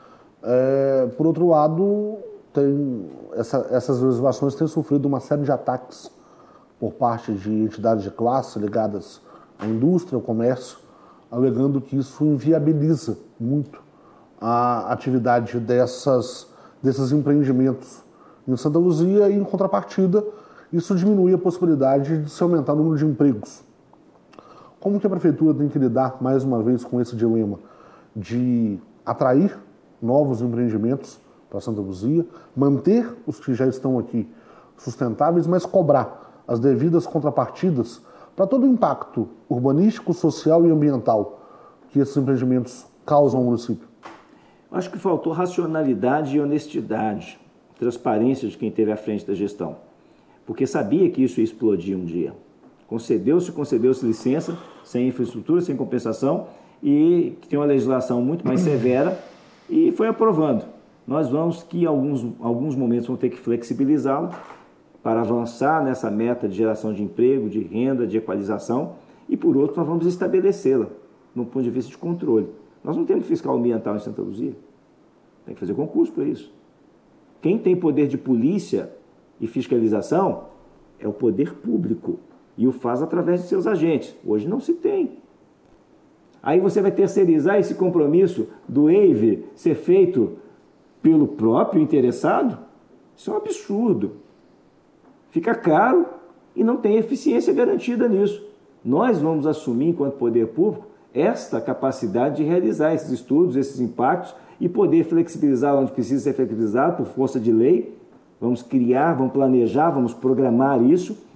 É, por outro lado, tem, essa, essas legislações têm sofrido uma série de ataques por parte de entidades de classe ligadas à indústria, ao comércio, alegando que isso inviabiliza muito a atividade dessas, desses empreendimentos em Santa Luzia e, em contrapartida, isso diminui a possibilidade de se aumentar o número de empregos. Como que a Prefeitura tem que lidar, mais uma vez, com esse dilema de atrair novos empreendimentos para Santa Luzia, manter os que já estão aqui sustentáveis, mas cobrar as devidas contrapartidas para todo o impacto urbanístico, social e ambiental que esses empreendimentos causam ao município? Acho que faltou racionalidade e honestidade, transparência de quem esteve à frente da gestão, porque sabia que isso ia explodir um dia. Concedeu-se, concedeu-se licença, sem infraestrutura, sem compensação, e que tem uma legislação muito mais severa, e foi aprovando. Nós vamos que, em alguns, alguns momentos, vamos ter que flexibilizá-lo para avançar nessa meta de geração de emprego, de renda, de equalização, e, por outro, nós vamos estabelecê-la, no ponto de vista de controle. Nós não temos fiscal ambiental em Santa Luzia. Tem que fazer concurso para isso. Quem tem poder de polícia e fiscalização é o poder público e o faz através de seus agentes. Hoje não se tem. Aí você vai terceirizar esse compromisso do E I V ser feito pelo próprio interessado? Isso é um absurdo. Fica caro e não tem eficiência garantida nisso. Nós vamos assumir, enquanto poder público, esta capacidade de realizar esses estudos, esses impactos e poder flexibilizar onde precisa ser flexibilizado por força de lei. Vamos criar, vamos planejar, vamos programar isso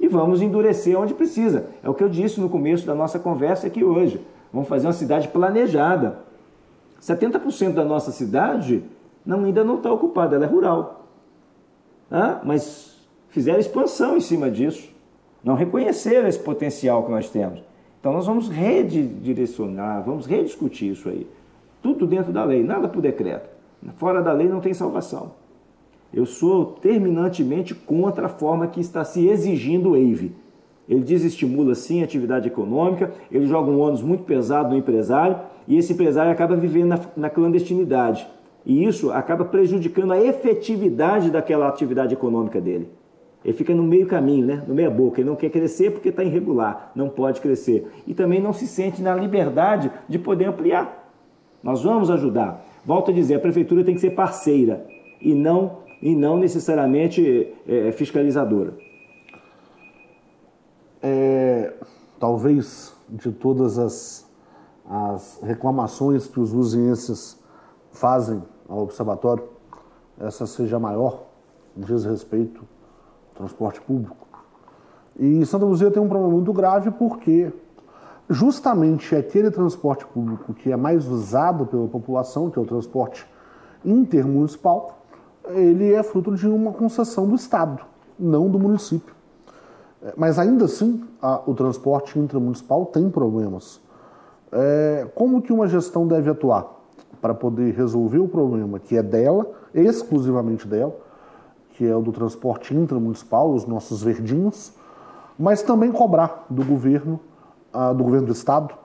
e vamos endurecer onde precisa. É o que eu disse no começo da nossa conversa aqui hoje. Vamos fazer uma cidade planejada. setenta por cento da nossa cidade não, ainda não está ocupada, ela é rural. Ah, mas fizeram expansão em cima disso. Não reconheceram esse potencial que nós temos. Então nós vamos redirecionar, vamos rediscutir isso aí. Tudo dentro da lei, nada por decreto. Fora da lei não tem salvação. Eu sou terminantemente contra a forma que está se exigindo o E I V. Ele desestimula, sim, a atividade econômica, ele joga um ônus muito pesado no empresário e esse empresário acaba vivendo na, na clandestinidade. E isso acaba prejudicando a efetividade daquela atividade econômica dele. Ele fica no meio caminho, né? No meia boca. Ele não quer crescer porque está irregular, não pode crescer. E também não se sente na liberdade de poder ampliar. Nós vamos ajudar. Volto a dizer, a prefeitura tem que ser parceira e não, e não necessariamente é, fiscalizadora. É, talvez de todas as, as reclamações que os luzienses fazem ao observatório, essa seja a maior, diz respeito ao transporte público. E Santa Luzia tem um problema muito grave porque justamente aquele transporte público que é mais usado pela população, que é o transporte intermunicipal, ele é fruto de uma concessão do Estado, não do município. Mas ainda assim, a, o transporte intramunicipal tem problemas. É, como que uma gestão deve atuar para poder resolver o problema que é dela, exclusivamente dela, que é o do transporte intramunicipal, os nossos verdinhos, mas também cobrar do governo, ah, do governo do Estado,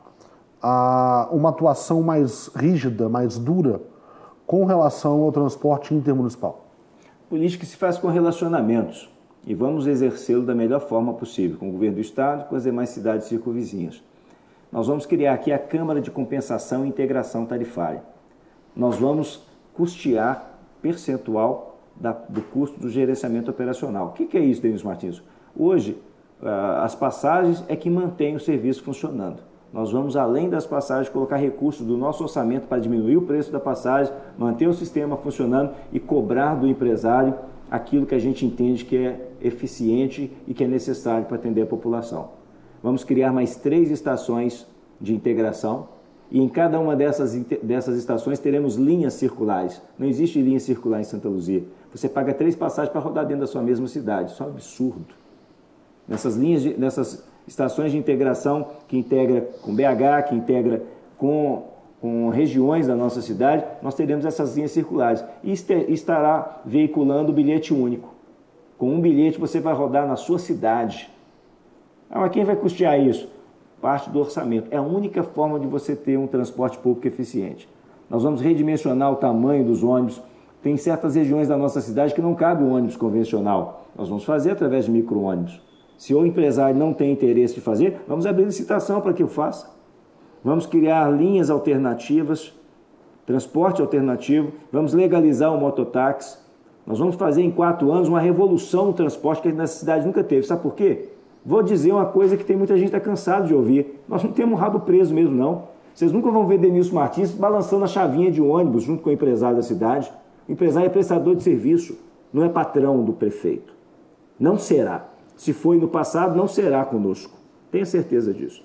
ah, uma atuação mais rígida, mais dura, com relação ao transporte intermunicipal? Política se faz com relacionamentos e vamos exercê-lo da melhor forma possível, com o governo do Estado e com as demais cidades circunvizinhas. Nós vamos criar aqui a Câmara de Compensação e Integração Tarifária. Nós vamos custear percentual da, do custo do gerenciamento operacional. O que, que é isso, Denis Martins? Hoje, uh, as passagens é que mantém o serviço funcionando. Nós vamos, além das passagens, colocar recursos do nosso orçamento para diminuir o preço da passagem, manter o sistema funcionando e cobrar do empresário aquilo que a gente entende que é eficiente e que é necessário para atender a população. Vamos criar mais três estações de integração e em cada uma dessas, dessas estações teremos linhas circulares. Não existe linha circular em Santa Luzia. Você paga três passagens para rodar dentro da sua mesma cidade. Isso é um absurdo. Nessas linhas, de, nessas estações de integração que integra com B H, que integra com, com regiões da nossa cidade, nós teremos essas linhas circulares. E estará veiculando o bilhete único. Com um bilhete você vai rodar na sua cidade. Ah, mas quem vai custear isso? Parte do orçamento. É a única forma de você ter um transporte público eficiente. Nós vamos redimensionar o tamanho dos ônibus. Tem certas regiões da nossa cidade que não cabe um ônibus convencional. Nós vamos fazer através de micro-ônibus. Se o empresário não tem interesse de fazer, vamos abrir licitação para que o faça. Vamos criar linhas alternativas, transporte alternativo, vamos legalizar o mototáxi. Nós vamos fazer em quatro anos uma revolução no transporte que a nossa cidade nunca teve. Sabe por quê? Vou dizer uma coisa que tem muita gente está cansado de ouvir. Nós não temos um rabo preso mesmo, não. Vocês nunca vão ver Denilson Martins balançando a chavinha de ônibus junto com o empresário da cidade. O empresário é prestador de serviço, não é patrão do prefeito. Não será. Se foi no passado, não será conosco. Tenha certeza disso.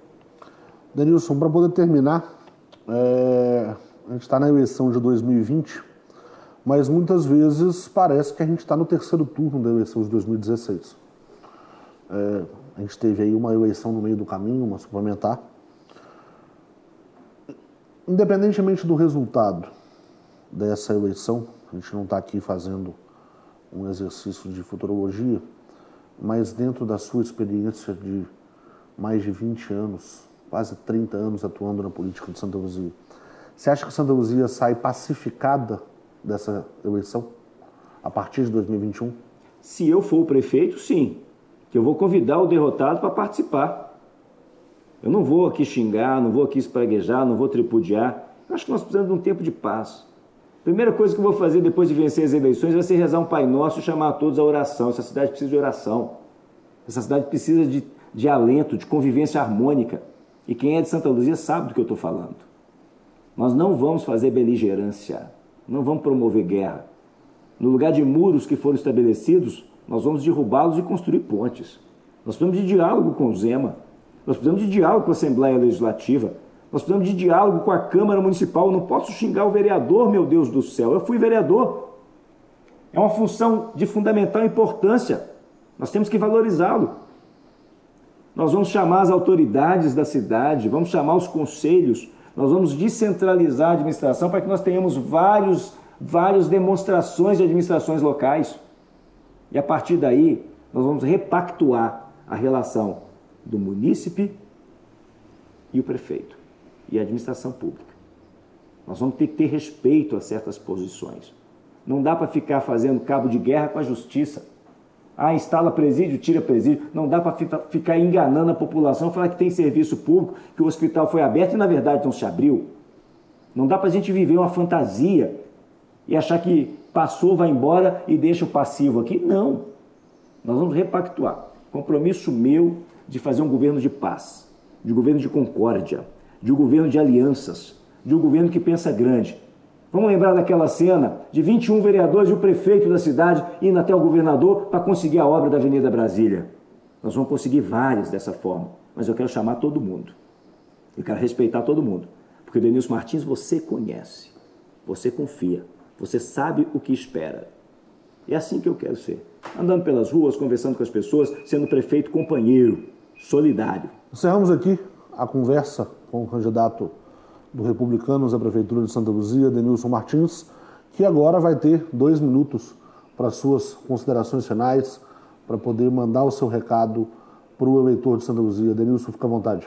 Denilson, para poder terminar, é... a gente está na eleição de dois mil e vinte, mas muitas vezes parece que a gente está no terceiro turno da eleição de dois mil e dezesseis. É, a gente teve aí uma eleição no meio do caminho, uma suplementar. Independentemente do resultado dessa eleição, a gente não está aqui fazendo um exercício de futurologia, mas dentro da sua experiência de mais de vinte anos, quase trinta anos atuando na política de Santa Luzia, você acha que Santa Luzia sai pacificada dessa eleição a partir de dois mil e vinte e um? Se eu for o prefeito, sim. Que eu vou convidar o derrotado para participar. Eu não vou aqui xingar, não vou aqui espraguejar, não vou tripudiar. Eu acho que nós precisamos de um tempo de paz. A primeira coisa que eu vou fazer depois de vencer as eleições vai ser rezar um Pai Nosso e chamar a todos à oração. Essa cidade precisa de oração. Essa cidade precisa de, de alento, de convivência harmônica. E quem é de Santa Luzia sabe do que eu estou falando. Nós não vamos fazer beligerância, não vamos promover guerra. No lugar de muros que foram estabelecidos, nós vamos derrubá-los e construir pontes. Nós precisamos de diálogo com o Zema. Nós precisamos de diálogo com a Assembleia Legislativa. Nós precisamos de diálogo com a Câmara Municipal. Eu não posso xingar o vereador, meu Deus do céu. Eu fui vereador. É uma função de fundamental importância. Nós temos que valorizá-lo. Nós vamos chamar as autoridades da cidade, vamos chamar os conselhos, nós vamos descentralizar a administração para que nós tenhamos vários, várias demonstrações de administrações locais. E a partir daí, nós vamos repactuar a relação do munícipe e o prefeito e a administração pública. Nós vamos ter que ter respeito a certas posições. Não dá para ficar fazendo cabo de guerra com a justiça. Ah, instala presídio, tira presídio. Não dá para ficar enganando a população, falar que tem serviço público, que o hospital foi aberto e na verdade não se abriu. Não dá para a gente viver uma fantasia e achar que passou, vai embora e deixa o passivo aqui. Não. Nós vamos repactuar. Compromisso meu de fazer um governo de paz, de um governo de concórdia, de um governo de alianças, de um governo que pensa grande. Vamos lembrar daquela cena de vinte e um vereadores e o prefeito da cidade indo até o governador para conseguir a obra da Avenida Brasília. Nós vamos conseguir várias dessa forma, mas eu quero chamar todo mundo. Eu quero respeitar todo mundo. Porque o Denilson Martins você conhece, você confia, você sabe o que espera. É assim que eu quero ser. Andando pelas ruas, conversando com as pessoas, sendo prefeito companheiro, solidário. Encerramos aqui a conversa com o candidato do Republicanos à Prefeitura de Santa Luzia, Denilson Martins, que agora vai ter dois minutos para suas considerações finais, para poder mandar o seu recado para o eleitor de Santa Luzia. Denilson, fica à vontade.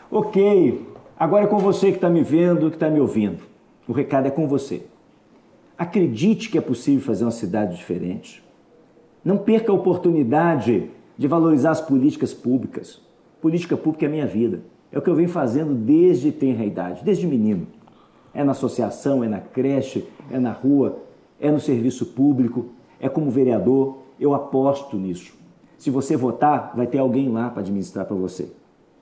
Ok, agora é com você que está me vendo, que está me ouvindo. O recado é com você. Acredite que é possível fazer uma cidade diferente. Não perca a oportunidade de valorizar as políticas públicas. Política pública é a minha vida. É o que eu venho fazendo desde tenra idade, desde menino. É na associação, é na creche, é na rua, é no serviço público, é como vereador. Eu aposto nisso. Se você votar, vai ter alguém lá para administrar para você.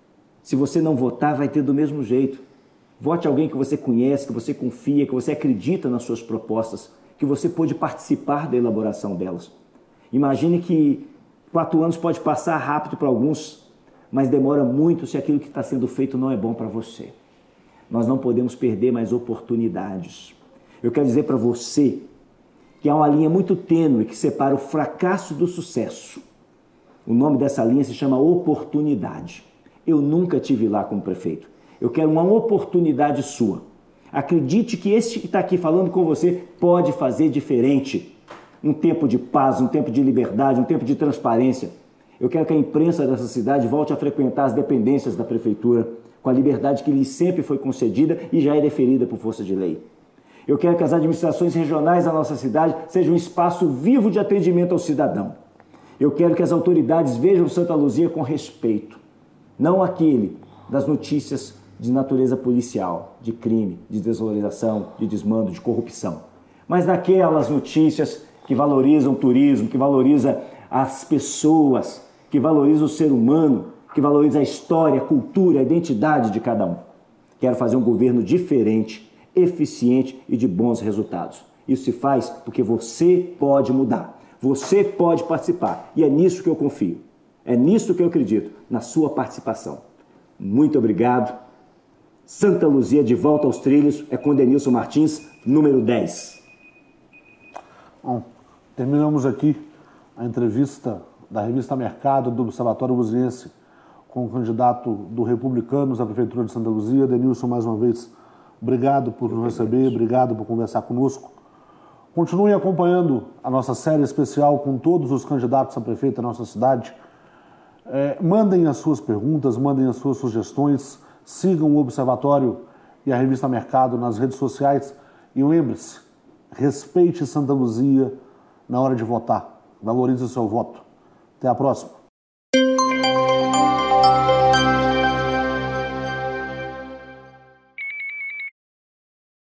Se você não votar, vai ter do mesmo jeito. Vote alguém que você conhece, que você confia, que você acredita nas suas propostas, que você pode participar da elaboração delas. Imagine que quatro anos pode passar rápido para alguns, mas demora muito se aquilo que está sendo feito não é bom para você. Nós não podemos perder mais oportunidades. Eu quero dizer para você que há uma linha muito tênue que separa o fracasso do sucesso. O nome dessa linha se chama oportunidade. Eu nunca tive lá como prefeito. Eu quero uma oportunidade sua. Acredite que este que está aqui falando com você pode fazer diferente. Um tempo de paz, um tempo de liberdade, um tempo de transparência. Eu quero que a imprensa dessa cidade volte a frequentar as dependências da prefeitura com a liberdade que lhe sempre foi concedida e já é deferida por força de lei. Eu quero que as administrações regionais da nossa cidade sejam um espaço vivo de atendimento ao cidadão. Eu quero que as autoridades vejam Santa Luzia com respeito, não aquele das notícias de natureza policial, de crime, de desvalorização, de desmando, de corrupção, mas naquelas notícias que valorizam o turismo, que valorizam as pessoas, que valoriza o ser humano, que valoriza a história, a cultura, a identidade de cada um. Quero fazer um governo diferente, eficiente e de bons resultados. Isso se faz porque você pode mudar, você pode participar e é nisso que eu confio, é nisso que eu acredito, na sua participação. Muito obrigado. Santa Luzia de volta aos trilhos é com Denilson Martins, número dez. Bom, terminamos aqui a entrevista da revista Mercado do Observatório Luziense com o candidato do Republicanos à Prefeitura de Santa Luzia. Denilson, mais uma vez, obrigado por nos receber, obrigado por conversar conosco. Continuem acompanhando a nossa série especial com todos os candidatos a prefeito da nossa cidade. É, mandem as suas perguntas, mandem as suas sugestões, sigam o Observatório e a revista Mercado nas redes sociais e lembre-se, respeite Santa Luzia na hora de votar. Valorize o seu voto. Até a próxima.